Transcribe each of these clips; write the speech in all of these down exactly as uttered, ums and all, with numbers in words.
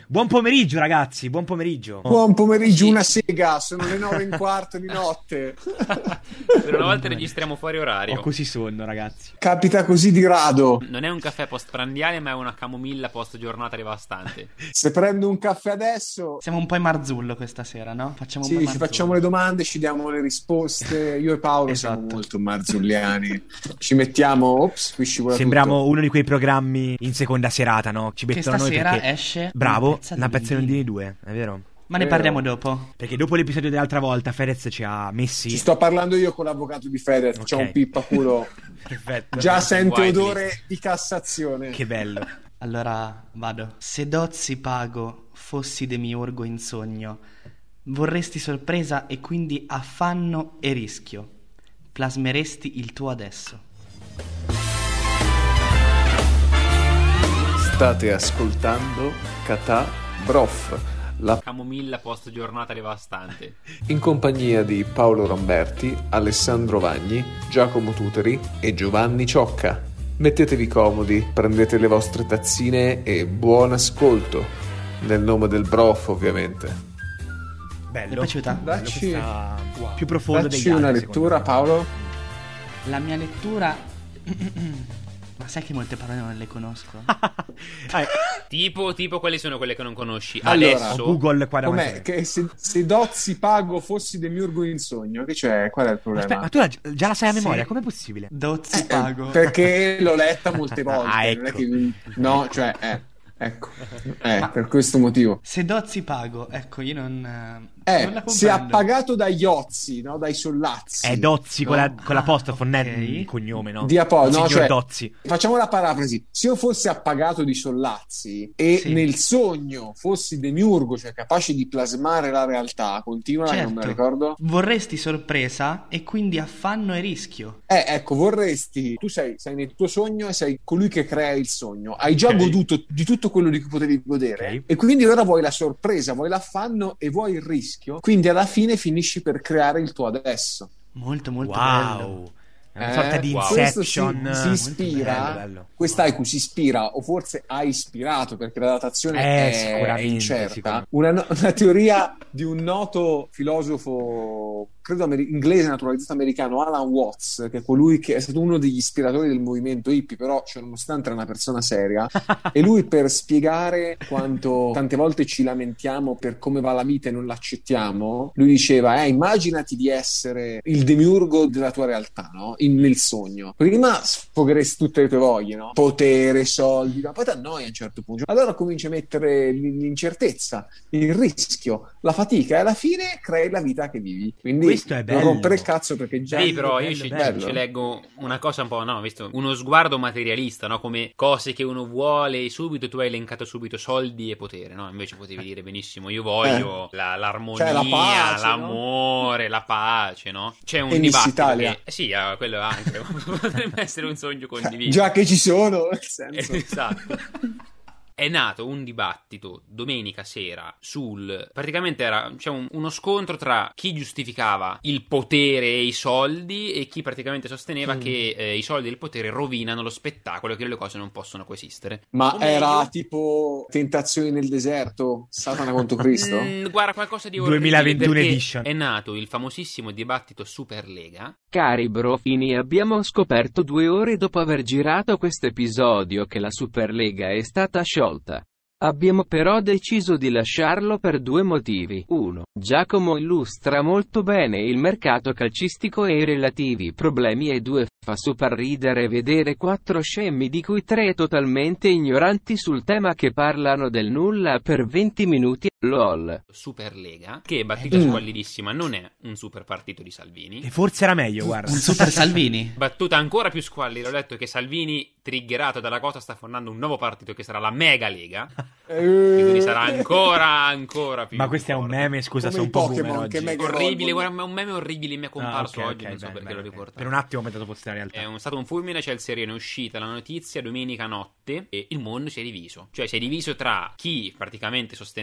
Buon pomeriggio ragazzi, buon pomeriggio. Buon pomeriggio, una sega, sono le nove e un quarto di notte. Per una volta registriamo fuori orario. Ho così sonno ragazzi. Capita così di rado. Non è un caffè postprandiale, ma è una camomilla post giornata devastante. Se prendo un caffè adesso... Siamo un po' in Marzullo questa sera, no? Facciamo un sì, po' ci Marzullo. facciamo le domande, ci diamo le risposte. Io e Paolo Esatto. siamo molto marzulliani. Ci mettiamo... Ops, qui scivola Sembriamo tutto. uno di quei programmi in seconda serata, no? Ci Che mettono noi stasera perché... esce Bravo, pezza una di pezza di Londini. Londini due, è vero? Ma ne Vero. parliamo dopo. Perché dopo l'episodio dell'altra volta Fedez ci ha messi... Ci sto parlando io con l'avvocato di Fedez, Ok. c'ho un pippaculo. Perfetto. Già sento Whitelist. odore di Cassazione. Che bello. Allora vado. Se dozzi pago, fossi demiurgo in sogno, vorresti sorpresa e quindi affanno e rischio. Plasmeresti il tuo adesso. State ascoltando Catà Broff, la... Camomilla post giornata devastante. in compagnia di Paolo Ramberti, Alessandro Vagni, Giacomo Tuteri e Giovanni Ciocca. Mettetevi comodi, prendete le vostre tazzine e buon ascolto. Nel nome del Broff, ovviamente. Ti è Bello. piaciuta? Bello, Dacci- questa- più profondo degli Dacci altri, una secondo lettura, me. Paolo. La mia lettura... Ma sai che molte parole non le conosco? Ah, Tipo, tipo quali sono quelle che non conosci? Allora, Adesso. ho Google qua davanti. Com'è? Che se, se dozzi pago fossi demiurgo in sogno, che c'è? Qual è il problema? Aspetta, ma tu la- già la sai a Sì. memoria, com'è possibile? Dozzi Eh, pago. perché l'ho letta molte volte. Ah, non è ecco. che- no, cioè, eh, ecco, eh, per questo motivo. Se dozzi pago, ecco, io non... non Eh, la si è comprendo. appagato dagli ozzi, no? Dai sollazzi. È Dozzi con, no? la, con l'apostrofo, non è ok. il cognome, no? Di apo- Il no, signor cioè- Dozzi. Facciamo la parafrasi. Se io fossi appagato di sollazzi e Sì. nel sogno fossi demiurgo, cioè capace di plasmare la realtà, continua, che non me la Certo. ricordo. Vorresti sorpresa e quindi affanno e rischio. Eh, ecco, vorresti. Tu sei, sei nel tuo sogno e sei colui che crea il sogno. Hai già Ok. goduto di tutto quello di cui potevi godere. Ok. E quindi ora vuoi la sorpresa, vuoi l'affanno e vuoi il rischio. Quindi alla fine finisci per creare il tuo adesso. Molto molto bello. Wow. È una Eh, sorta di wow. questo si, Inception. si Molto ispira. bello, bello. Quest'haiku si ispira, o forse ha ispirato, perché la datazione Eh, è, sicuramente, è incerta. sicuramente. Una, no- una teoria di un noto filosofo, credo ameri- inglese naturalizzato americano, Alan Watts, che è colui che è stato uno degli ispiratori del movimento hippie, però cioè, nonostante era una persona seria. E lui, per spiegare quanto tante volte ci lamentiamo per come va la vita e non l'accettiamo, lui diceva: eh, immaginati di essere il demiurgo della tua realtà, no? In- nel sogno. Prima sfogheresti tutte le tue voglie, no? Potere, soldi, ma poi ti annoia a un certo punto. Allora cominci a mettere l- l'incertezza, il rischio, la fatica, e alla fine crei la vita che vivi. Quindi Questo è bello. non rompere il cazzo, perché già... Sì, però io bello, ci, bello. ci leggo una cosa un po', no, visto, uno sguardo materialista, no, come cose che uno vuole subito, tu hai elencato subito soldi e potere, no, invece potevi dire benissimo, io voglio la- l'armonia, Cioè, la pace, l'amore, la pace, no? C'è un E Miss dibattito Italia. che, eh sì, eh, quello anche, potrebbe essere un sogno condiviso. Già che ci sono, nel senso... Esatto. È nato un dibattito domenica sera sul... Praticamente era c'è un- uno scontro tra chi giustificava il potere e i soldi e chi praticamente sosteneva Mm. che eh, i soldi e il potere rovinano lo spettacolo e che le cose non possono coesistere. Ma O era meglio- tipo Tentazioni nel deserto, Satana contro Cristo? Mm, guarda, qualcosa di orribile, duemilaventuno perché edition. è nato il famosissimo dibattito Superlega. Cari brofini, abbiamo scoperto due ore dopo aver girato questo episodio che la Superlega è stata sciolta. Abbiamo però deciso di lasciarlo per due motivi. uno. Giacomo illustra molto bene il mercato calcistico e i relativi problemi, e due. Fa super ridere vedere quattro scemi di cui tre totalmente ignoranti sul tema che parlano del nulla per venti minuti. LOL. Superlega, che battuta Mm. squallidissima, non è un super partito di Salvini. E forse era meglio, guarda. Un super Salvini. Battuta ancora più squallida, ho letto che Salvini, triggerato dalla cosa, sta fondando un nuovo partito che sarà la Mega Lega, quindi sarà ancora ancora più Ma questo è un forte. meme, scusa, Come sono un i po' Pokémon, boomer che oggi. mega- Orribile, evolvono. guarda, un meme orribile mi è Ah, comparso ok, oggi, ok, non so bene, perché bene, l'ho bene. riportato. Per un attimo ho pensato fosse la realtà. È un, stato un fulmine, c'è il serieno, è uscita la notizia domenica notte e il mondo si è diviso. Cioè si è diviso tra chi praticamente sosteneva che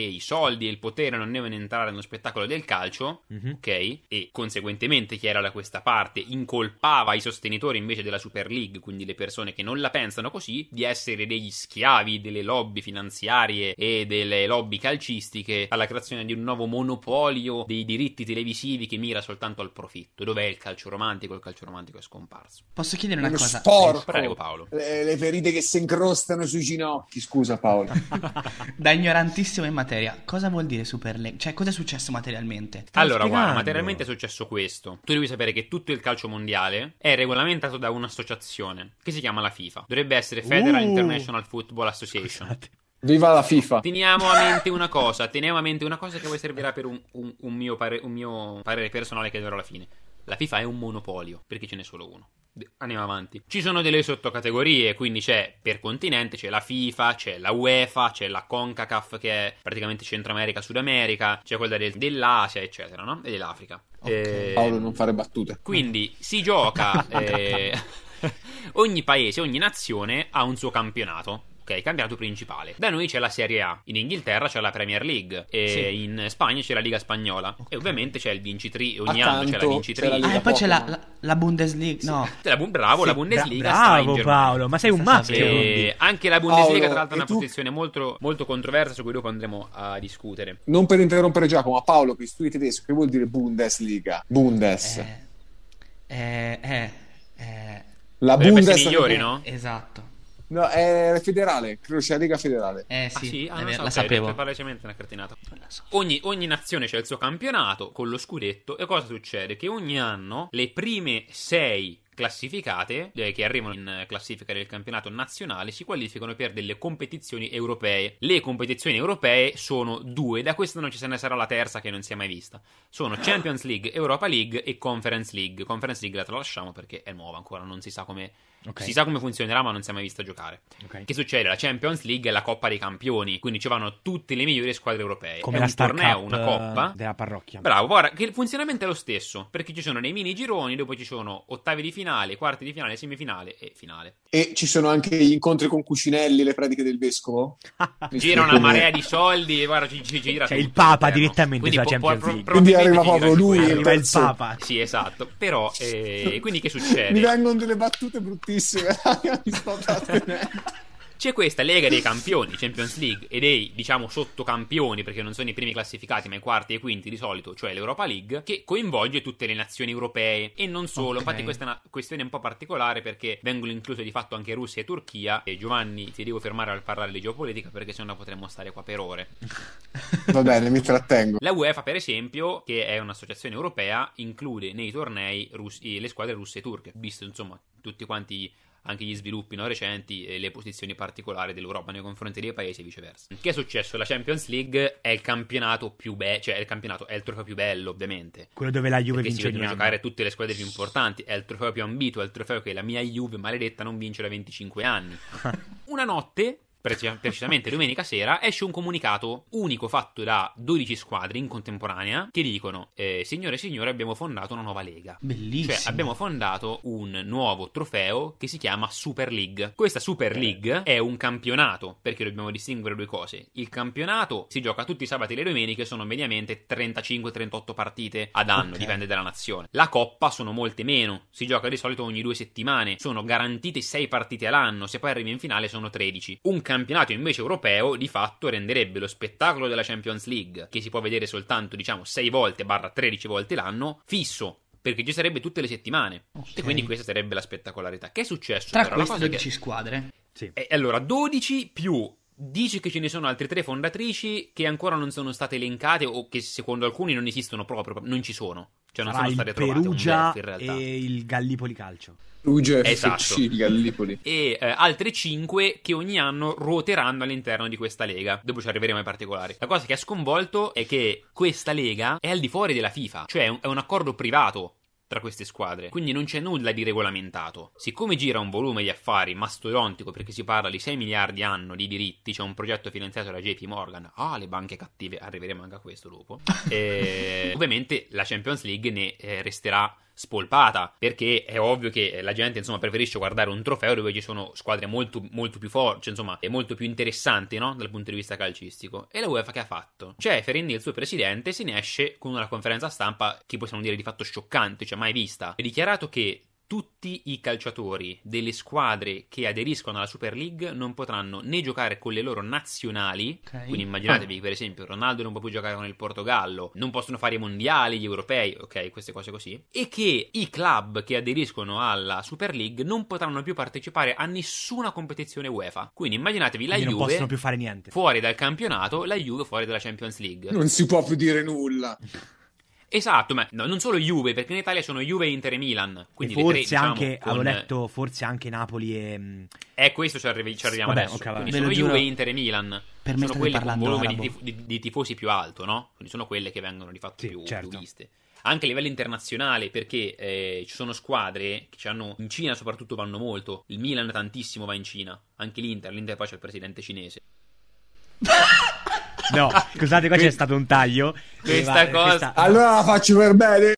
i soldi e il potere non devono entrare nello spettacolo del calcio, Mhm. ok? E conseguentemente chi era da questa parte incolpava i sostenitori invece della Super League, quindi le persone che non la pensano così, di essere degli schiavi delle lobby finanziarie e delle lobby calcistiche, alla creazione di un nuovo monopolio dei diritti televisivi che mira soltanto al profitto. Dov'è il calcio romantico? Il calcio romantico è scomparso. Posso chiedere una Uno cosa? sporco. Prego, Paolo. Le, le ferite che si incrostano sui ginocchi. Scusa Paolo. Da ignorantissimo in materia, cosa vuol dire Super League? Cioè, cosa è successo materialmente? Stavo Allora, guarda, spiegando. materialmente è successo questo. Tu devi sapere che tutto il calcio mondiale è regolamentato da un'associazione che si chiama la FIFA. Dovrebbe essere Federal Uh. International Football Association. Scusate. Viva la FIFA. Teniamo a mente una cosa, teniamo a mente una cosa che poi servirà per un, un- un mio pare- un mio parere personale che darò alla fine. La FIFA è un monopolio, perché ce n'è solo uno. De- Andiamo avanti. Ci sono delle sottocategorie, quindi c'è per continente, c'è la FIFA, c'è la UEFA, c'è la CONCACAF che è praticamente Centro America, Sud America, c'è quella del- dell'Asia, eccetera, no? E dell'Africa. Eh, Paolo, non fare battute. quindi si gioca eh, ogni paese, ogni nazione ha un suo campionato. Ok, campionato principale. Da noi c'è la Serie A, in Inghilterra c'è la Premier League, e Sì. in Spagna c'è la Liga Spagnola. E ovviamente c'è il vincitri, ogni Accanto anno c'è la c'è vincitri. la Liga Ah, e poi c'è la, Pokémon. la, la Bundesliga. No, C'è la Bu- bravo, Sì, la Bundesliga Bra- sta in bravo Germania. Paolo, ma sei un Senza maschio. sapere. quindi. E anche la Bundesliga, Paolo, tra l'altro, è e una tu- posizione molto, molto controversa su cui dopo andremo a discutere. Non per interrompere Giacomo, ma Paolo, che studi tedesco, che vuol dire Bundesliga? Bundes. eh, eh, eh, eh, La Per i Bundes pezzi migliori, no? esatto. No, è federale, credo sia la Liga federale. Eh Ah sì, sì? Ah, è non vero, so, la ok, sapevo. per palesemente una cretinata. Non la so. Ogni, ogni nazione c'è il suo campionato con lo scudetto. E cosa succede? Che ogni anno le prime sei classificate, eh, che arrivano in classifica del campionato nazionale, si qualificano per delle competizioni europee. Le competizioni europee sono due, da questo non ci se ne sarà la terza che non si è mai vista. Sono Champions League, Europa League e Conference League. Conference League la tralasciamo perché è nuova ancora, non si sa come Ok. si sa come funzionerà, ma non si è mai vista giocare. Ok. Che succede? La Champions League è la Coppa dei Campioni, quindi ci vanno tutte le migliori squadre europee. Come è la un Star torneo, Cup una coppa. eh, della parrocchia. Bravo, guarda, che il funzionamento è lo stesso, perché ci sono dei mini gironi, dopo ci sono ottavi di finale, quarti di finale, semifinale e finale. E ci sono anche gli incontri con Cucinelli, le prediche del vescovo. Gira una marea di soldi, guarda, ci, ci gira C'è tutto il Papa all'interno. direttamente Quindi sulla può- può- Champions League. Quindi probabilmente arriva gira proprio su lui, quello. il Arriva il terzo. Papa. Sì, esatto. Però, eh, quindi che Mi succede? vengono delle battute bruttissime. Mi sto trattenendo. C'è questa Lega dei Campioni, Champions League, e dei, diciamo, sottocampioni, perché non sono i primi classificati, ma i quarti e i quinti di solito, cioè l'Europa League, che coinvolge tutte le nazioni europee. E non solo, Ok. infatti questa è una questione un po' particolare, perché vengono incluse di fatto anche Russia e Turchia. E Giovanni, ti devo fermare al parlare di geopolitica, perché sennò potremmo stare qua per ore. Va bene, mi trattengo. La UEFA, per esempio, che è un'associazione europea, include nei tornei russi, le squadre russe e turche, visto insomma tutti quanti anche gli sviluppi no, recenti e le posizioni particolari dell'Europa nei confronti dei paesi e viceversa. Che è successo? La Champions League è il campionato più bello, cioè è il campionato, è il trofeo più bello, ovviamente. Quello dove la Juve Perché si vince ogni vedono anno. giocare tutte le squadre più importanti, è il trofeo più ambito, è il trofeo che la mia Juve maledetta non vince da venticinque anni. Una notte, preci- precisamente domenica sera, esce un comunicato unico fatto da dodici squadre in contemporanea che dicono eh, signore e signore, abbiamo fondato una nuova lega. Bellissimo. Cioè abbiamo fondato un nuovo trofeo che si chiama Super League. Questa Super League è un campionato, perché dobbiamo distinguere due cose. Il campionato si gioca tutti i sabati e le domeniche, sono mediamente trentacinque trentotto partite ad anno, Ok. dipende dalla nazione. La Coppa sono molte meno, si gioca di solito ogni due settimane, sono garantite sei partite all'anno, se poi arrivi in finale sono tredici. Un campionato invece europeo di fatto renderebbe lo spettacolo della Champions League, che si può vedere soltanto diciamo sei volte barra tredici volte l'anno, fisso, perché ci sarebbe tutte le settimane. Ok. E quindi questa sarebbe la spettacolarità. Che è successo? Tra però? La queste cosa dodici che... squadre. Sì. E allora, dodici più... Dice che ce ne sono altre tre fondatrici che ancora non sono state elencate o che secondo alcuni non esistono proprio, non ci sono. Cioè non Sarà sono il state trovate, un Perugia bluff in realtà. e il Gallipoli Calcio. Ruge Esatto. F C di Gallipoli. E eh, altre cinque che ogni anno ruoteranno all'interno di questa lega. Dopo ci arriveremo ai particolari. La cosa che ha sconvolto è che questa lega è al di fuori della FIFA, cioè è un, è un accordo privato tra queste squadre, quindi non c'è nulla di regolamentato. Siccome gira un volume di affari mastodontico, perché si parla di sei miliardi anno di diritti, c'è un progetto finanziato da J P Morgan, ah le banche cattive, arriveremo anche a questo dopo. E, ovviamente la Champions League ne eh, resterà spolpata, perché è ovvio che la gente insomma preferisce guardare un trofeo dove ci sono squadre molto, molto più forti, cioè, insomma è molto più interessanti, no? Dal punto di vista calcistico. E la UEFA che ha fatto? Ceferin, il suo presidente, se ne esce con una conferenza stampa che possiamo dire di fatto scioccante, cioè mai vista. Ha dichiarato che tutti i calciatori delle squadre che aderiscono alla Super League non potranno né giocare con le loro nazionali, Ok. quindi immaginatevi che per esempio Ronaldo non può più giocare con il Portogallo, non possono fare i mondiali, gli europei, ok, queste cose così, e che i club che aderiscono alla Super League non potranno più partecipare a nessuna competizione UEFA. Quindi immaginatevi la Quindi non Juve possono più fare niente. fuori dal campionato, la Juve fuori dalla Champions League. Non si può più dire nulla. Esatto, ma no, non solo Juve, perché in Italia sono Juve, Inter e Milan. Quindi E le forse tre, diciamo, anche, con... avevo letto, forse anche Napoli e... mh, Eh, questo ci, arrivi- ci arriviamo Vabbè, adesso. ok, vabbè. Quindi Ve sono lo giuro, Juve, Inter e Milan. per me sono state quelle con parlando volume di, arabo. tif- di- di tifosi più alto, no? Quindi sono quelle che vengono di fatto Sì, più, certo. più viste. Anche a livello internazionale, perché eh, ci sono squadre che ci hanno, in Cina soprattutto vanno molto. Il Milan tantissimo va in Cina. Anche l'Inter, l'Inter poi c'è il presidente cinese. No, scusate, qua c'è stato un taglio. Questa Eh, va- cosa- questa- Allora la faccio per bene.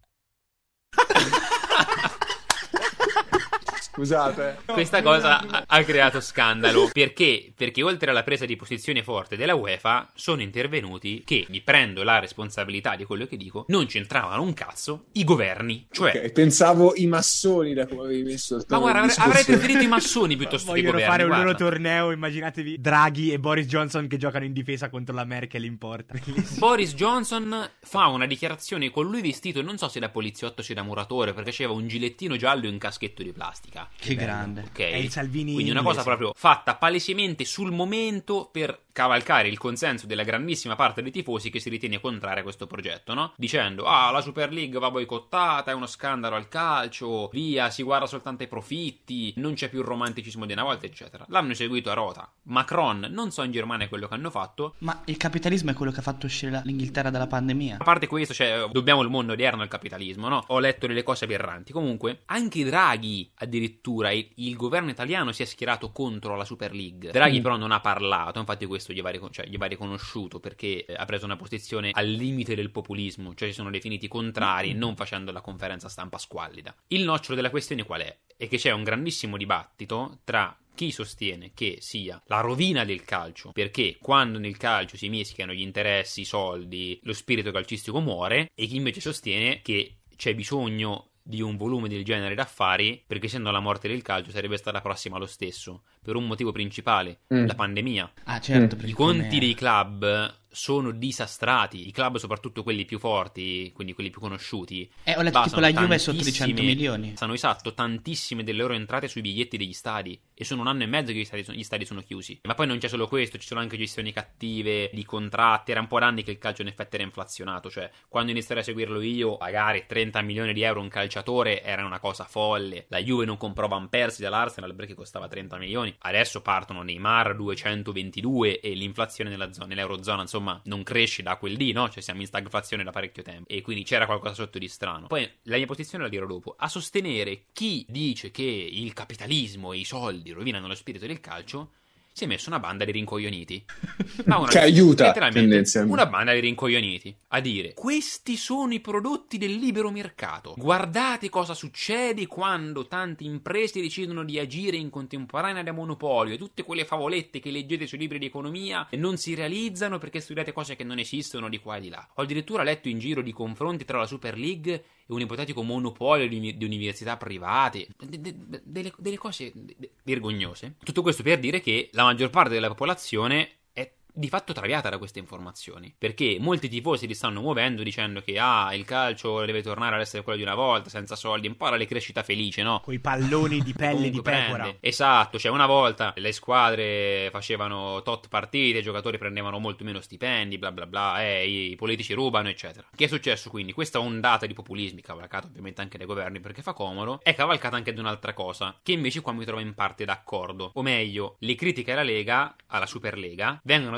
Scusate. Questa cosa ha, ha creato scandalo. Perché? Perché oltre alla presa di posizione forte della UEFA sono intervenuti che, mi prendo la responsabilità di quello che dico, non c'entravano un cazzo i governi. Cioè, Ok, pensavo i massoni da come avevi messo il ma tono guarda, del avrei, avrei discorso. preferito i massoni piuttosto che i Vogliono governi. fare un guarda. loro torneo, immaginatevi Draghi e Boris Johnson che giocano in difesa contro la Merkel in porta. Bellissimo. Boris Johnson fa una dichiarazione con lui vestito, non so se da poliziotto o da muratore, perché aveva un gilettino giallo e un caschetto di plastica. Che grande. Ok. È il Salvini Quindi una cosa inglese. proprio fatta palesemente sul momento per cavalcare il consenso della grandissima parte dei tifosi che si ritiene contraria a questo progetto, no? Dicendo, ah, la Super League va boicottata, è uno scandalo al calcio, via, si guarda soltanto ai profitti, non c'è più il romanticismo di una volta, eccetera. L'hanno seguito a rota. Macron, non so in Germania quello che hanno fatto. Ma il capitalismo è quello che ha fatto uscire la- l'Inghilterra dalla pandemia. A parte questo, cioè, dobbiamo il mondo odierno al capitalismo, no? Ho letto delle cose aberranti. Comunque, anche Draghi, addirittura, il, il governo italiano si è schierato contro la Super League. Draghi Mm. però non ha parlato, infatti questo gli va, ricon- cioè, gli va riconosciuto, perché eh, ha preso una posizione al limite del populismo, cioè si sono definiti contrari, non facendo la conferenza stampa squallida. Il nocciolo della questione qual è? È che c'è un grandissimo dibattito tra chi sostiene che sia la rovina del calcio, perché quando nel calcio si mischiano gli interessi, i soldi, lo spirito calcistico muore, e chi invece sostiene che c'è bisogno di un volume del genere d'affari, perché se no la morte del calcio sarebbe stata prossima lo stesso, per un motivo principale, Mm. la pandemia. Ah, certo. Mm. perché I conti come- dei club sono disastrati, i club soprattutto quelli più forti, quindi quelli più conosciuti. Eh, ho letto tipo la basano Juve è sotto di cento tantissime- milioni. Sanno esatto, tantissime delle loro entrate sui biglietti degli stadi, e sono un anno e mezzo che gli stadi, sono, gli stadi sono chiusi. Ma poi non c'è solo questo, ci sono anche gestioni cattive di contratti. Era un po' d'anni che il calcio in effetti era inflazionato, cioè quando iniziai a seguirlo io, pagare trenta milioni di euro un calciatore era una cosa folle. La Juve non comprò Van Persie dall'Arsenal perché costava trenta milioni. Adesso partono Neymar duecentoventidue e l'inflazione nella zona, nell'eurozona insomma non cresce da quel dì, no? Cioè siamo in stagflazione da parecchio tempo, e quindi c'era qualcosa sotto di strano. Poi la mia posizione la dirò dopo. A sostenere chi dice che il capitalismo e i soldi rovinano lo spirito del calcio si è messo una banda di rincoglioniti. Ma una, Che aiuta, letteralmente, tendenzialmente. una banda di rincoglioniti a dire: questi sono i prodotti del libero mercato, guardate cosa succede quando tante imprese decidono di agire in contemporanea da monopolio, e tutte quelle favolette che leggete sui libri di economia non si realizzano perché studiate cose che non esistono di qua e di là. Ho addirittura letto in giro di confronti tra la Super League e un ipotetico monopolio di, di università private, de, de, de, delle, delle cose de, de, vergognose. Tutto questo per dire che la maggior parte della popolazione è di fatto traviata da queste informazioni, perché molti tifosi li stanno muovendo dicendo che ah, il calcio deve tornare ad essere quello di una volta, senza soldi, un po' la crescita felice, no? Coi palloni di pelle di Comunque pecora. prende. Esatto, cioè una volta le squadre facevano tot partite, i giocatori prendevano molto meno stipendi, bla bla bla, eh, i politici rubano, eccetera. Che è successo quindi? Questa ondata di populismi, cavalcata ovviamente anche dai governi perché fa comodo, è cavalcata anche da un'altra cosa, che invece qua mi trovo in parte d'accordo. O meglio, le critiche alla Lega, alla Superlega, vengono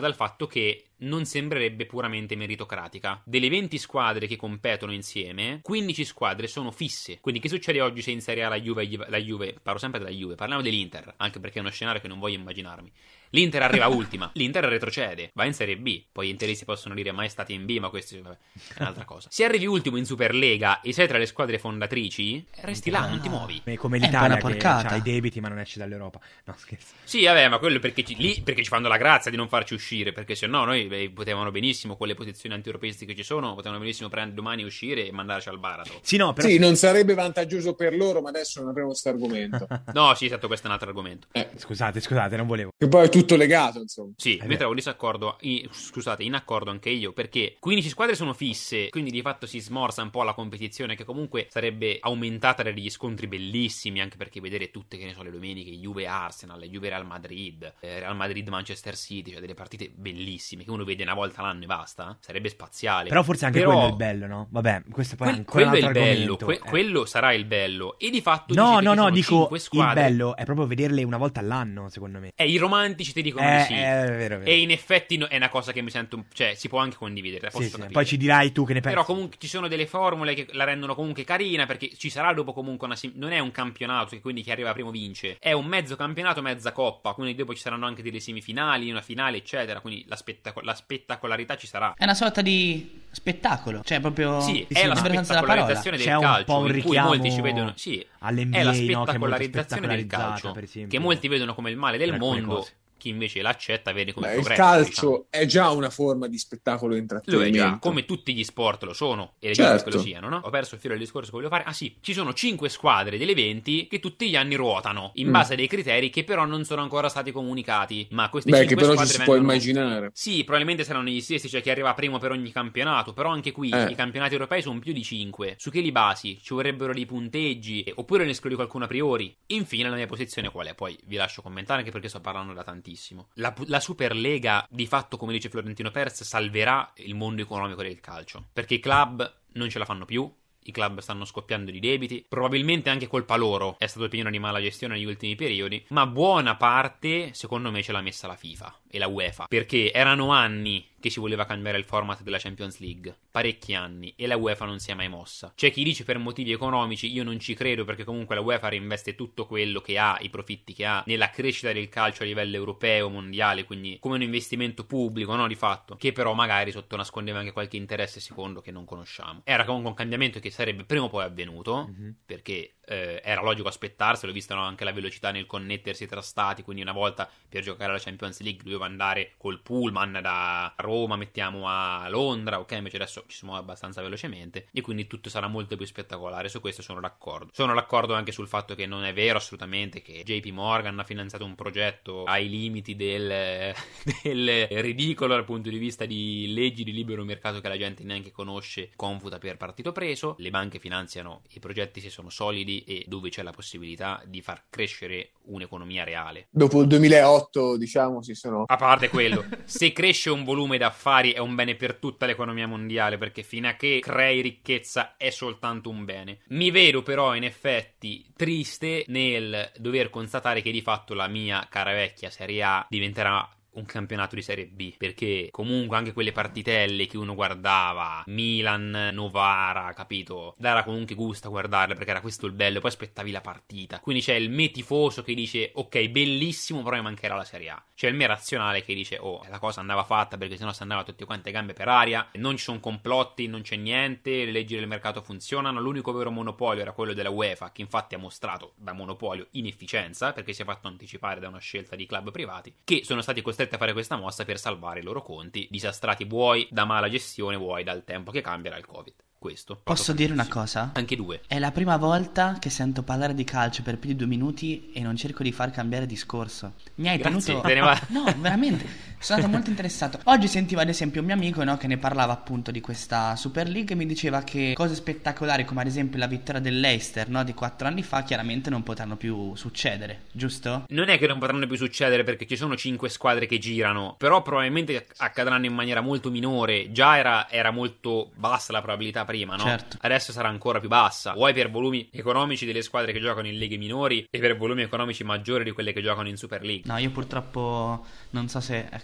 dal fatto che non sembrerebbe puramente meritocratica. Delle venti squadre che competono insieme, quindici squadre sono fisse. Quindi che succede oggi se in Serie A la Juve, la Juve, parlo sempre della Juve, parliamo dell'Inter, anche perché è uno scenario che non voglio immaginarmi. L'Inter arriva ultima, l'Inter retrocede, va in Serie B, poi gli interisti possono dire mai stati in B, ma questo vabbè, è un'altra cosa. Se arrivi ultimo in Superlega e sei tra le squadre fondatrici, resti là, non ti muovi. È come È l'Italia un po' una che porcata. ha i debiti ma non esce dall'Europa. No, scherzo. Sì, vabbè, ma quello perché ci, lì perché ci fanno la grazia di non farci uscire, perché se no noi beh, potevano benissimo, con le posizioni anti-europeistiche che ci sono, potevano benissimo prendere domani, uscire e mandarci al baratro. Sì, no, però Sì, non sarebbe vantaggioso per loro, ma adesso non apriamo questo argomento. No, sì, esatto, questo è un altro argomento. Eh, Scusate, scusate, non volevo. che poi è tutto legato, insomma. Sì, È mi trovo disaccordo, in, scusate, in accordo anche io, perché quindici squadre sono fisse, quindi di fatto si smorza un po' la competizione, che comunque sarebbe aumentata dagli scontri bellissimi, anche perché vedere tutte, che ne so, le domeniche, Juve Arsenal, Juve Real Madrid, eh, Real Madrid Manchester City, cioè delle partite bellissime che uno vede una volta l'anno e basta, sarebbe spaziale. Però forse anche Però- quello è il bello, no? Vabbè, questo poi è Que- ancora quello un è il altro bello, argomento. que- Eh. quello sarà il bello. E di fatto No, dici che no, ci no, sono dico cinque il squadre. bello è proprio vederle una volta all'anno, secondo me. E i romantici ti dicono Eh, di sì. eh, è vero, è vero. E in effetti no- è una cosa che mi sento, cioè si può anche condividere, la Sì, posso sì. capire. Poi ci dirai tu che ne pensi. Però comunque ci sono delle formule che la rendono comunque carina, perché ci sarà dopo comunque una sim- non è un campionato che quindi chi arriva primo vince, è un mezzo campionato, mezza coppa, quindi dopo ci saranno anche delle semifinali, una finale eccetera, quindi la, spettaco- la spettacolarità ci sarà. È una sorta di spettacolo, cioè proprio Sì, sì, è la nel vero senso della parola. spettacolarizzazione del C'è un calcio, po' un in cui richiamo molti ci vedono, sì, all'N B A, è la no, che è molto spettacolarizzazione del spettacolarizzata, calcio, per esempio. che molti vedono come il male del Per alcune mondo, cose. chi invece l'accetta vede come Beh, il progresso. calcio diciamo. è già una forma di spettacolo e Lo è intrattenimento. già, come tutti gli sport lo sono, e è Certo. giusto che lo siano, no? Ho perso il filo del discorso che volevo fare. Ah sì, ci sono cinque squadre delle venti che tutti gli anni ruotano, in Mm. base a dei criteri che però non sono ancora stati comunicati. Ma questi Beh, cinque che però ci squadre si può vengono... immaginare. Sì, probabilmente saranno gli stessi, cioè chi arriva primo per ogni campionato, però anche qui Eh. i campionati europei sono più di cinque. Su che li basi? Ci vorrebbero dei punteggi, eh, oppure ne escludi qualcuno a priori? Infine la mia posizione qual è? Poi vi lascio commentare anche perché sto parlando da tantissimo. La, la Superlega di fatto, come dice Florentino Perez, salverà il mondo economico del calcio, perché i club non ce la fanno più. I club stanno scoppiando di debiti, probabilmente anche colpa loro, è stato pieno di mala gestione negli ultimi periodi, ma buona parte secondo me ce l'ha messa la FIFA e la UEFA, perché erano anni che si voleva cambiare il format della Champions League, parecchi anni, e la UEFA non si è mai mossa. C'è chi dice per motivi economici, io non ci credo, perché comunque la UEFA reinveste tutto quello che ha, i profitti che ha, nella crescita del calcio a livello europeo, mondiale, quindi come un investimento pubblico, no, di fatto, che però magari sotto nascondeva anche qualche interesse secondo che non conosciamo. Era comunque un cambiamento che sarebbe prima o poi avvenuto, Mhm. perché eh, era logico aspettarselo, visto no, anche la velocità nel connettersi tra stati, quindi una volta per giocare alla Champions League doveva andare col pullman da Roma, mettiamo a Londra, ok, invece adesso ci si muove abbastanza velocemente e quindi tutto sarà molto più spettacolare, su questo sono d'accordo. Sono d'accordo anche sul fatto che non è vero assolutamente che J P Morgan ha finanziato un progetto ai limiti del, del ridicolo dal punto di vista di leggi di libero mercato che la gente neanche conosce, confuta per partito preso. Le banche finanziano i progetti se sono solidi e dove c'è la possibilità di far crescere un'economia reale. Dopo il duemilaotto, diciamo, si sono... A parte quello, se cresce un volume d'affari è un bene per tutta l'economia mondiale, perché fino a che crei ricchezza è soltanto un bene. Mi vedo però in effetti triste nel dover constatare che di fatto la mia cara vecchia Serie A diventerà un campionato di Serie B, perché comunque anche quelle partitelle che uno guardava, Milan, Novara, capito, dava comunque gusto a guardarle perché era questo il bello, poi aspettavi la partita, quindi c'è il me tifoso che dice ok bellissimo però mi mancherà la Serie A, c'è il me razionale che dice oh la cosa andava fatta perché sennò si andava tutti quanti a gambe per aria, non ci sono complotti, non c'è niente, le leggi del mercato funzionano, l'unico vero monopolio era quello della UEFA, che infatti ha mostrato da monopolio inefficienza perché si è fatto anticipare da una scelta di club privati che sono stati costretti a fare questa mossa per salvare i loro conti, disastrati vuoi da mala gestione, vuoi dal tempo che cambia, dal Covid. Questo. Posso dire una cosa? Anche due. È la prima volta che sento parlare di calcio per più di due minuti e non cerco di far cambiare discorso. Mi hai Grazie, tenuto... te ne va. No, veramente, sono stato molto interessato. Oggi sentivo ad esempio un mio amico, no, che ne parlava appunto di questa Super League e mi diceva che cose spettacolari come ad esempio la vittoria dell'Leicester, no, di quattro anni fa chiaramente non potranno più succedere, giusto? Non è che non potranno più succedere perché ci sono cinque squadre che girano, però probabilmente accadranno in maniera molto minore. Già era, era molto bassa la probabilità prima, no? Certo. Adesso sarà ancora più bassa, vuoi per volumi economici delle squadre che giocano in leghe minori e per volumi economici maggiori di quelle che giocano in Super League. No, io purtroppo non so se, ecco,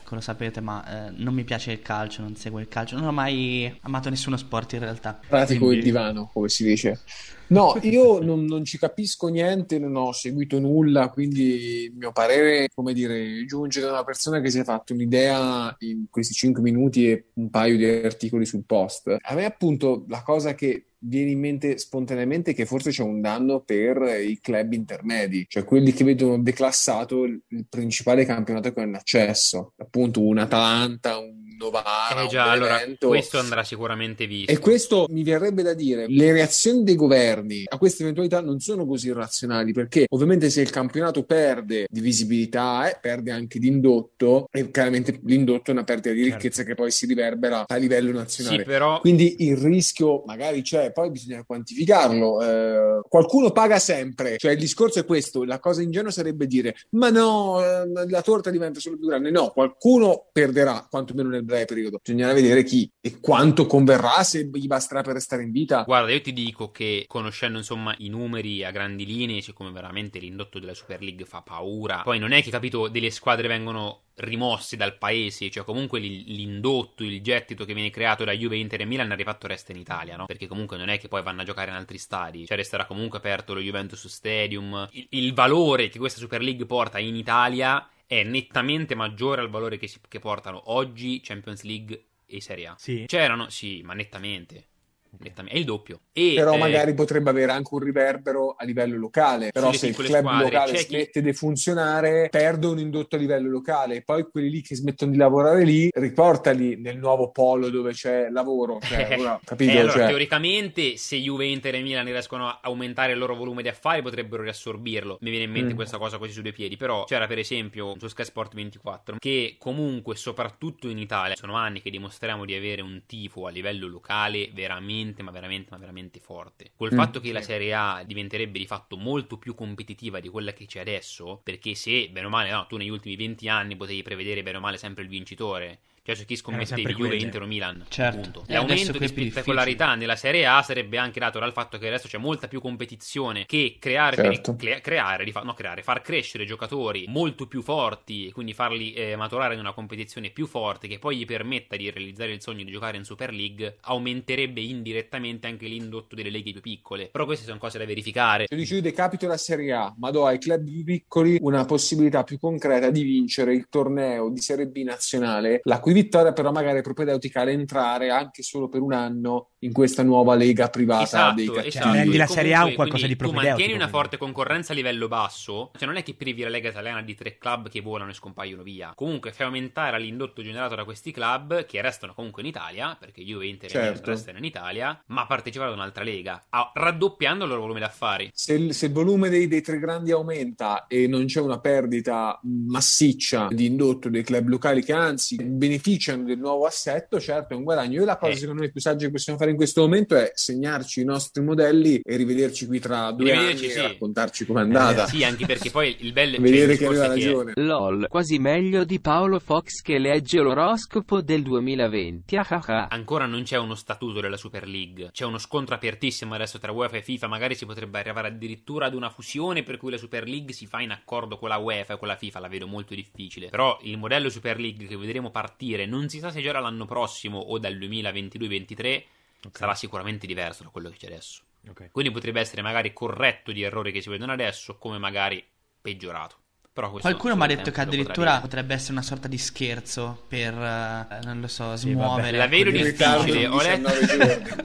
ecco, lo sapete, ma eh, non mi piace il calcio, non seguo il calcio, non ho mai amato nessuno sport in realtà. Pratico Quindi... il divano, come si dice. No, io non, non ci capisco niente, non ho seguito nulla, quindi il mio parere, come dire, giunge da una persona che si è fatto un'idea in questi cinque minuti e un paio di articoli sul post. A me appunto la cosa che viene in mente spontaneamente è che forse c'è un danno per i club intermedi, cioè quelli che vedono declassato il, il principale campionato che hanno accesso, appunto un Atalanta, un Novara, Eh già, un allora Benevento. questo andrà sicuramente visto. E questo mi verrebbe da dire, le reazioni dei governi a queste eventualità non sono così irrazionali, perché ovviamente se il campionato perde di visibilità, eh, perde anche di indotto, e chiaramente l'indotto è una perdita di ricchezza Certo. che poi si riverbera a livello nazionale. Sì, però Quindi il rischio magari c'è, poi bisogna quantificarlo. Eh, qualcuno paga sempre, cioè il discorso è questo, la cosa ingenua sarebbe dire ma no, eh, la torta diventa solo più grande. No, qualcuno perderà, quantomeno nel breve periodo. Bisognerà vedere chi e quanto converrà, se gli basterà per restare in vita. guarda, io ti dico che conoscendo insomma i numeri a grandi linee, siccome veramente l'indotto della Super League fa paura, poi non è che, capito, delle squadre vengono rimossi dal paese, cioè comunque l'indotto, il gettito che viene creato da Juve, Inter e Milan di fatto resta in Italia, no? Perché comunque non è che poi vanno a giocare in altri stadi, cioè resterà comunque aperto lo Juventus Stadium. Il, il valore che questa Super League porta in Italia è nettamente maggiore al valore che, si, che portano oggi Champions League e Serie A. Sì. C'erano, sì, ma nettamente. Nettamente. È il doppio. E, Però eh, magari potrebbe avere anche un riverbero a livello locale. Però sulle se il piccole club squadre, locale c'è chi- smette di funzionare, perde un indotto a livello locale. Poi quelli lì che smettono di lavorare lì, riportali nel nuovo polo dove c'è lavoro. Cioè, ora, capito? Eh, allora, Cioè, teoricamente, se Juve, Inter e Milan riescono a aumentare il loro volume di affari, potrebbero riassorbirlo. Mi viene in mente Mm. questa cosa così su due piedi. Però c'era, per esempio, su Sky Sport ventiquattro, che comunque, soprattutto in Italia, sono anni che dimostriamo di avere un tifo a livello locale veramente, ma veramente, ma veramente forte. Col Mm, fatto che la sì. Serie A diventerebbe di fatto molto più competitiva di quella che c'è adesso, perché se, bene o male, no, tu negli ultimi venti anni potevi prevedere bene o male sempre il vincitore. Cioè, su chi scommettevi, sempre Juve, quelle. Inter o Milan, Certo. appunto. E L'aumento adesso di che è più spettacolarità nella Serie A sarebbe anche dato dal fatto che adesso c'è molta più competizione, che creare, Certo. per- cre- creare, di fa- no, creare, far crescere giocatori molto più forti e quindi farli eh, maturare in una competizione più forte che poi gli permetta di realizzare il sogno di giocare in Super League, aumenterebbe indirettamente anche l'indotto delle leghe più piccole. Però queste sono cose da verificare. Se dici io decapito la Serie A, ma do ai club più piccoli una possibilità più concreta di vincere il torneo di Serie B nazionale, la cui vittoria però magari è propedeutica all'entrare anche solo per un anno in questa nuova lega privata Esatto, dei esatto. cattivi. Rendi la E Serie A comunque, un qualcosa quindi di propedeutico, tu mantieni una quindi. forte concorrenza a livello basso, cioè non è che privi la Lega Italiana di tre club che volano e scompaiono via. Comunque fai aumentare l'indotto generato da questi club, che restano comunque in Italia, perché Juve, Inter e Milan Certo. restano in Italia, ma partecipano ad un'altra lega, a- raddoppiando il loro volume d'affari. Se il, se il volume dei, dei tre grandi aumenta e non c'è una perdita massiccia di indotto dei club locali che anzi beneficiano del nuovo assetto, certo è un guadagno. E la cosa Eh. secondo me più saggia che possiamo fare in questo momento è segnarci i nostri modelli e rivederci qui tra due Rivederci, anni sì. e raccontarci com'è andata. Sì, anche perché poi il bello cioè, Vedere il che discorso aveva è che ragione. LOL, quasi meglio di Paolo Fox che legge l'oroscopo del duemilaventi. Ah ah ah. ancora non c'è uno statuto della Super League, c'è uno scontro apertissimo adesso tra UEFA e FIFA, magari si potrebbe arrivare addirittura ad una fusione per cui la Super League si fa in accordo con la UEFA e con la FIFA, la vedo molto difficile. Però il modello Super League che vedremo partire, non si sa se già dall'anno prossimo o dal duemilaventidue ventitré, sarà sicuramente diverso da quello che c'è adesso. Ok. Quindi potrebbe essere magari corretto di errori che si vedono adesso, come magari peggiorato. Però questo Qualcuno mi ha solo il detto che tempo lo potrà addirittura dire. potrebbe essere una sorta di scherzo per, eh, non lo so, Sì, smuovere. La vedo In quelli- ritardo difficile, di ho letto... diciannove giorni.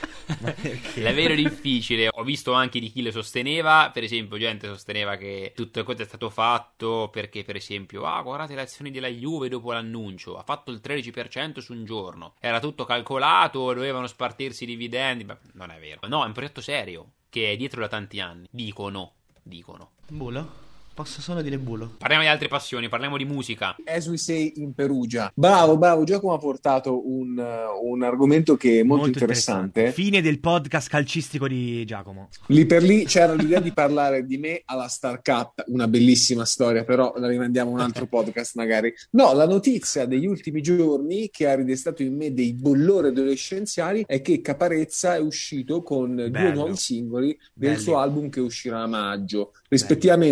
La vedo difficile, ho visto anche di chi le sosteneva, per esempio gente sosteneva che tutto questo è stato fatto perché per esempio, ah guardate le azioni della Juve dopo l'annuncio, ha fatto il tredici per cento su un giorno, era tutto calcolato, dovevano spartirsi i dividendi, ma non è vero, no, è un progetto serio che è dietro da tanti anni, dicono, dicono. Bulo? Posso solo dire bulo. Parliamo di altre passioni, parliamo di musica. As we say in Perugia. Bravo, bravo. Giacomo ha portato un, uh, un argomento che è molto, interessante. Fine del podcast calcistico di Giacomo. Lì per lì c'era l'idea di parlare di me alla Star Cup, una bellissima storia, però la rimandiamo a un altro podcast magari. No, la notizia degli ultimi giorni che ha ridestato in me dei bollori adolescenziali è che Caparezza è uscito con due Bello. nuovi singoli del Belli. suo album che uscirà a maggio. Rispettivamente il primo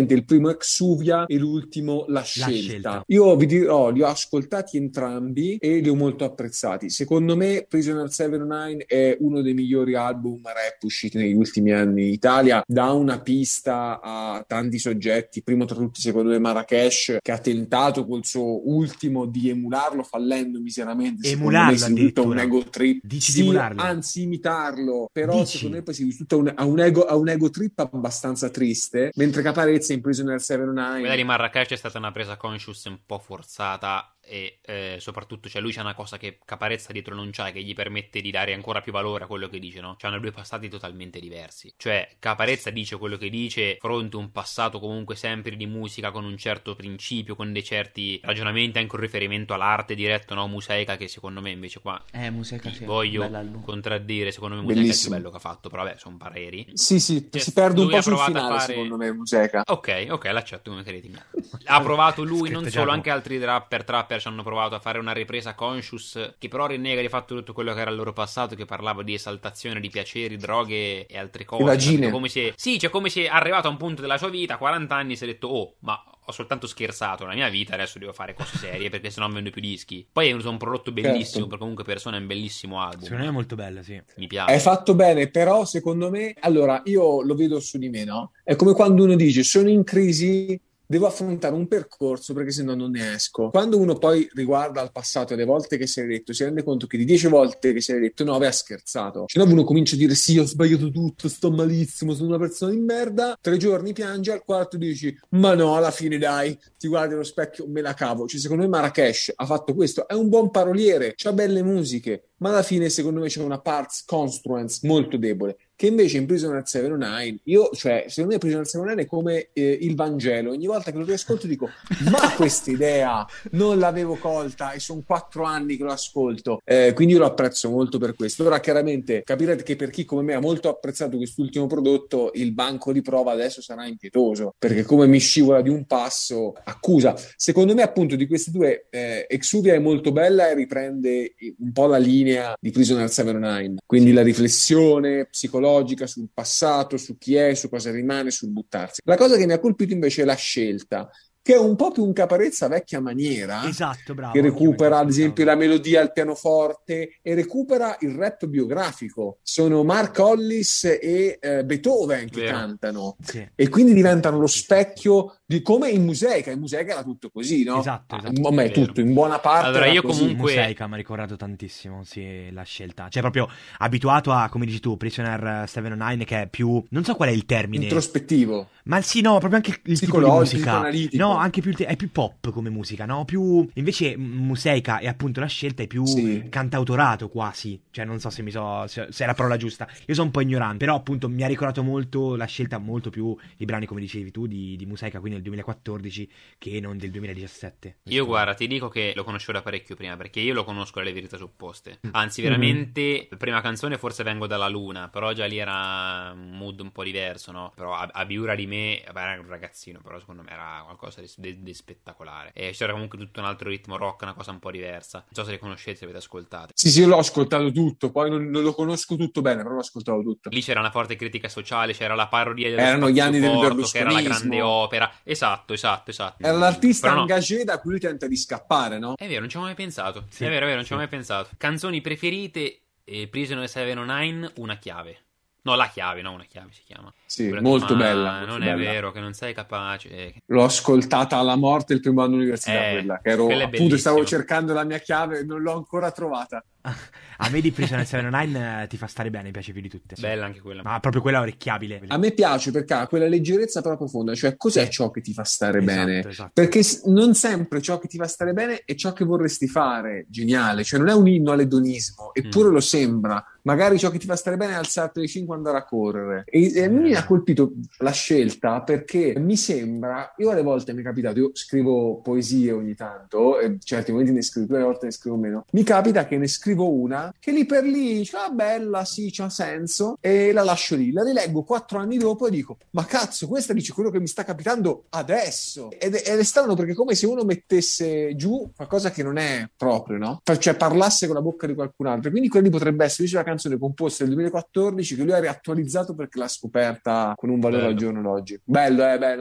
Exuvia e l'ultimo La Scelta. Scelta. Io vi dirò, li ho ascoltati entrambi e li ho molto apprezzati. Secondo me Prisoner settantanove è uno dei migliori album rap usciti negli ultimi anni in Italia, dà una pista a tanti soggetti, primo tra tutti secondo me Marracash, che ha tentato col suo ultimo di emularlo fallendo miseramente. Emularlo secondo me si risulta un addirittura. ego trip. Dici Sì, di emularlo? anzi imitarlo, però Dici? secondo me poi si risulta un, a, un ego, a un ego trip abbastanza triste, mentre Caparezza in Prisoner settantanove Quella di Marracash è stata una presa conscious un po' forzata e eh, soprattutto cioè lui c'ha una cosa che Caparezza dietro non c'ha, che gli permette di dare ancora più valore a quello che dice, no? C'hanno due passati totalmente diversi, cioè Caparezza dice quello che dice fronte a un passato comunque sempre di musica con un certo principio, con dei certi ragionamenti, anche un riferimento all'arte diretto, no? Museica, che secondo me invece qua Eh, musica ti sì, voglio bell'album. contraddire, secondo me Museica è il più Bellissimo. bello che ha fatto, però vabbè sono pareri. Sì, sì, Cioè, si perde un lui po' ha sul provato a finale, fare- secondo me, Museca. Ok, ok, l'accetto come credimi. Ha provato lui, Scritto non già solo, dopo. anche altri rapper, trapper ci hanno provato a fare una ripresa conscious che però rinnega di fatto tutto quello che era il loro passato, che parlava di esaltazione di piaceri, droghe e altre cose. E vagine. capito? Come se, sì, cioè come se arrivato a un punto della sua vita, quaranta anni, si è detto oh, ma ho soltanto scherzato nella mia vita, adesso devo fare cose serie perché sennò non vendo più dischi. Poi è venuto un prodotto bellissimo, Certo. per comunque persona è un bellissimo album. Secondo me è molto bello, sì. Mi piace. È fatto bene, però secondo me, allora io lo vedo su di me, no? È come quando uno dice sono in crisi, devo affrontare un percorso perché sennò non ne esco. Quando uno poi riguarda al passato e le volte che si è detto, si rende conto che di dieci volte che si è detto no, aveva scherzato. Se no uno comincia a dire sì, ho sbagliato tutto, sto malissimo, sono una persona di merda. Tre giorni piange, al quarto dici ma no, alla fine dai, ti guardi allo specchio, me la cavo. Cioè secondo me Marracash ha fatto questo, è un buon paroliere, c'ha belle musiche, ma alla fine secondo me c'è una parts construence molto debole, che invece in Prisoner settantanove, io, cioè, secondo me Prisoner settantanove è come eh, il Vangelo, ogni volta che lo riascolto dico, ma questa idea non l'avevo colta e sono quattro anni che lo ascolto, eh, quindi io lo apprezzo molto per questo. Ora chiaramente capirete che per chi come me ha molto apprezzato quest'ultimo prodotto, il banco di prova adesso sarà impietoso, perché come mi scivola di un passo, accusa. Secondo me appunto di queste due, eh, Exuvia è molto bella e riprende un po' la linea di Prisoner settantanove, quindi la riflessione psicologica sul passato, su chi è, su cosa rimane, sul buttarsi. La cosa che mi ha colpito invece è La Scelta, che è un po' più un Caparezza vecchia maniera, Esatto, bravo. che recupera ad anche io esempio la melodia al pianoforte e recupera il rap biografico. Sono Mark Hollis e eh, Beethoven che Vero. cantano, Sì. e quindi diventano lo specchio di come in Museica. In Museica era tutto così, no? Esatto, esatto. Ah, ma è Vero. tutto, in buona parte Allora, era io così. comunque- Museica mi ha ricordato tantissimo, sì, La Scelta. Cioè, proprio abituato a, come dici tu, Prisoner settantanove, che è più, non so qual è il termine, introspettivo. ma sì, no, proprio anche il tipo di Psicologico, musica. analitico. No, anche più il te- è più pop come musica, no? Più invece m- Museica e appunto La Scelta è più Sì. cantautorato quasi. Cioè, non so se mi so se, se è la parola giusta. Io sono un po' ignorante, però appunto mi ha ricordato molto La Scelta, molto più i brani, come dicevi tu, di, di Museica, quindi nel duemilaquattordici che non del duemiladiciassette. Io guarda, ti dico che lo conoscevo da parecchio prima, perché io lo conosco dalle verità supposte. Mm. Anzi, veramente, la prima canzone forse Vengo dalla Luna, però già lì era un mood un po' diverso, no? Però a, a Biura di me, vabbè, era un ragazzino, però secondo me era qualcosa di, di- di spettacolare. E c'era comunque tutto un altro ritmo rock, una cosa un po' diversa. Non so se le conoscete, se avete ascoltate. Sì, sì, io l'ho ascoltato tutto, poi non, non lo conosco tutto bene, però l'ho ascoltato tutto. Lì c'era una forte critica sociale, c'era la parodia dello Erano gli anni del spazioporto, che era la berlusconismo. grande opera. Esatto, esatto, esatto. Era l'artista Però no. engagé da cui lui tenta di scappare, no? È vero, non ci avevo mai pensato. Sì, è vero, è vero, non ci sì. avevo mai pensato. Canzoni preferite, eh, Prisoner settantanove, una chiave. No, la chiave, no, una chiave si chiama. Sì, Quella che molto fa, bella. molto Non bella. è vero che non sei capace. eh, L'ho ascoltata alla morte il primo anno all'università, Eh, quella che ero, quella è appunto stavo bellissima. cercando la mia chiave e non l'ho ancora trovata. A me di Prisoner settantanove eh, ti fa stare bene, mi piace più di tutte. Bella anche quella. Ma proprio quella orecchiabile. A me piace perché ha quella leggerezza però profonda, cioè cos'è Sì. ciò che ti fa stare Esatto, bene? esatto. Perché s- non sempre ciò che ti fa stare bene è ciò che vorresti fare, geniale, cioè non è un inno all'edonismo, eppure Mm. lo sembra. Magari ciò che ti fa stare bene è alzarti alle cinque e andare a correre. E, e a me mi ha colpito la scelta perché mi sembra, io alle volte mi è capitato, io scrivo poesie ogni tanto, e certi momenti ne scrivo più, alle volte ne scrivo meno. Mi capita che ne scrivo una che lì per lì dice, ah bella, sì, c'ha senso, e la lascio lì. La rileggo quattro anni dopo e dico, ma cazzo, questa dice quello che mi sta capitando adesso. Ed è, ed è strano perché è come se uno mettesse giù qualcosa che non è proprio, no? Cioè parlasse con la bocca di qualcun altro. Quindi quella lì potrebbe essere invece la canzone composta nel duemilaquattordici che lui ha riattualizzato perché l'ha scoperta con un valore Bello. al giorno d'oggi. Bello, eh, beh, no.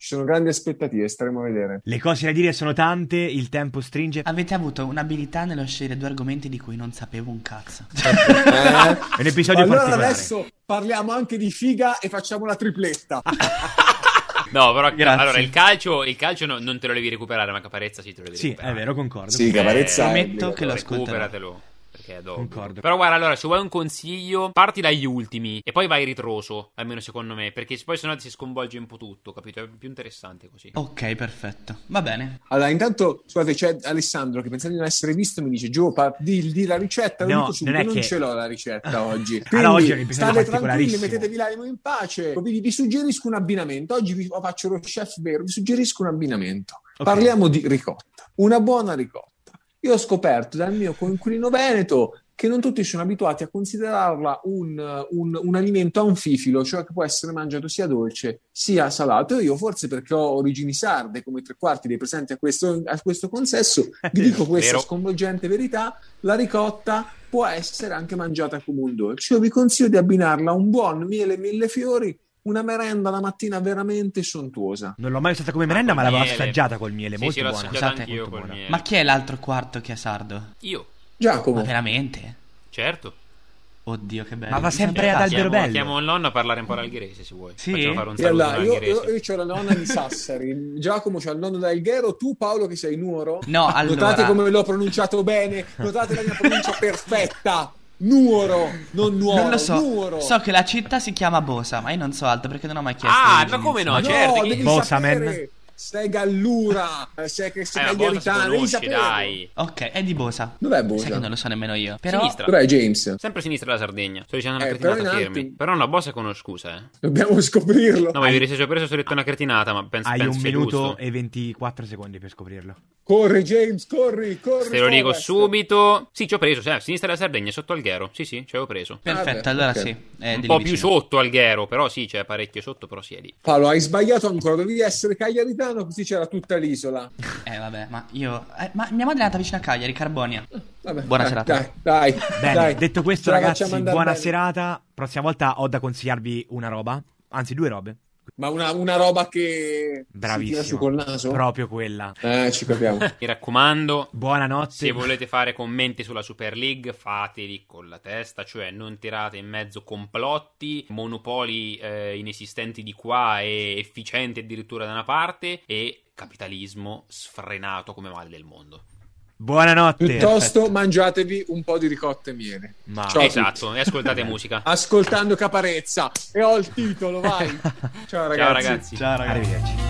ci sono grandi aspettative, staremo a vedere. Le cose da dire sono tante, il tempo stringe. Avete avuto un'abilità nello scegliere due argomenti di cui non sapevo un cazzo. Eh? È un episodio Allora particolare. adesso parliamo anche di figa e facciamo la tripletta. No, però Grazie. allora il calcio, il calcio no, non te lo devi recuperare, ma Caparezza sì te lo devi Sì, recuperare. è vero, concordo. Sì, Caparezza è prometto che lo ascolterò. Recuperatelo. Perché è d'obbligo. Concordo. Però guarda, allora, se vuoi un consiglio, parti dagli ultimi e poi vai ritroso, almeno secondo me, perché poi sennò ti si sconvolge un po' tutto, capito? È più interessante così. Ok, perfetto. Va bene. Allora, intanto, scusate, c'è Alessandro che pensando di non essere visto mi dice: Gio, pa- di, di la ricetta. Lo No, dico subito, non è non che- ce l'ho la ricetta oggi. Allora, Quindi oggi è un episodio state tranquilli, particolarissimo. mettetevi l'animo in pace. Vi, vi suggerisco un abbinamento. Oggi vi faccio lo chef vero, vi suggerisco un abbinamento. Ok. Parliamo di ricotta. Una buona ricotta. Io ho scoperto dal mio coinquilino veneto che non tutti sono abituati a considerarla un, un, un alimento anfifilo, cioè che può essere mangiato sia dolce sia salato. Io forse perché ho origini sarde, come tre quarti dei presenti a questo, a questo consesso, vi dico questa Vero. sconvolgente verità: la ricotta può essere anche mangiata come un dolce. Io vi consiglio di abbinarla a un buon miele mille fiori, una merenda la mattina veramente sontuosa. Non l'ho mai usata come merenda, ma col l'avevo miele. assaggiata col miele, Sì, molto sì, l'ho buona. assaggiata Scusate, anch'io molto col buona. miele. Ma chi è l'altro quarto che è sardo? Io, Giacomo, Ma veramente? certo. Oddio, che bello. Ma va Mi sempre sembra ad cazzo. albero Chiamo, bello. chiamo il nonno a parlare un po' l'algherese, se vuoi. Sì? Facciamo fare un e saluto allora, in io, algherese. io, io ho la nonna di Sassari, Giacomo c'ha il nonno da Alghero, tu Paolo che sei nuoro. No, allora... Notate come l'ho pronunciato bene, notate la mia pronuncia perfetta. Nuoro, non nuoro, Non lo so, Nuoro. so che la città si chiama Bosa, ma io non so altro perché non ho mai chiesto. Ah, le ma come no? origini. certo, chi- devi Bosaman. sapere. Sei Gallura, sei che sei Eh, ma Bosa si cagliaritano, devi conosce, saperlo. dai. Ok, è di Bosa. Dov'è Bosa? Sai che non lo so nemmeno io. Però Sinistra. Dov'è James? Sempre a sinistra della Sardegna. Sto dicendo una Eh, però cretinata in fermi. alto- Però una bossa con scusa, eh. Dobbiamo scoprirlo. No, ma ieri se ci ho preso ho detto una cretinata, ma penso, Hai penso un sia minuto giusto. e ventiquattro secondi per scoprirlo. Corri James, corri, corri. Te lo dico Forrest. subito. Sì, ci ho preso, sì, a sinistra della Sardegna, sotto Alghero. Sì, sì, ci avevo preso. perfetto, Vabbè, allora ok. sì. È Un di po' lì più vicino. sotto Alghero, però sì, c'è parecchio sotto, però sì è lì. Paolo, hai sbagliato ancora, dovevi essere cagliaritano così c'era tutta l'isola. Eh vabbè, ma io eh, ma mia madre è nata vicino a Cagliari, Carbonia. Vabbè, Buona dai, serata. Dai, dai, Bene, dai. detto questo, Ce la ragazzi, facciamo andare buona bene. serata. Prossima volta ho da consigliarvi una roba, anzi due robe. Ma una, una roba che si tira Bravissimo. su col naso? Proprio quella. Eh, ci capiamo. Mi raccomando, Buonanotte. se volete fare commenti sulla Super League, fateli con la testa, cioè non tirate in mezzo complotti, monopoli eh, inesistenti di qua e efficienti addirittura da una parte e capitalismo sfrenato come male del mondo. Buonanotte. Piuttosto mangiatevi un po' di ricotta e miele. Ma- Ciao a Esatto, e ascoltate musica. tutti. Ascoltando Caparezza. E ho il titolo, vai. Ciao ragazzi. Ciao ragazzi. Ciao ragazzi. Arrivederci.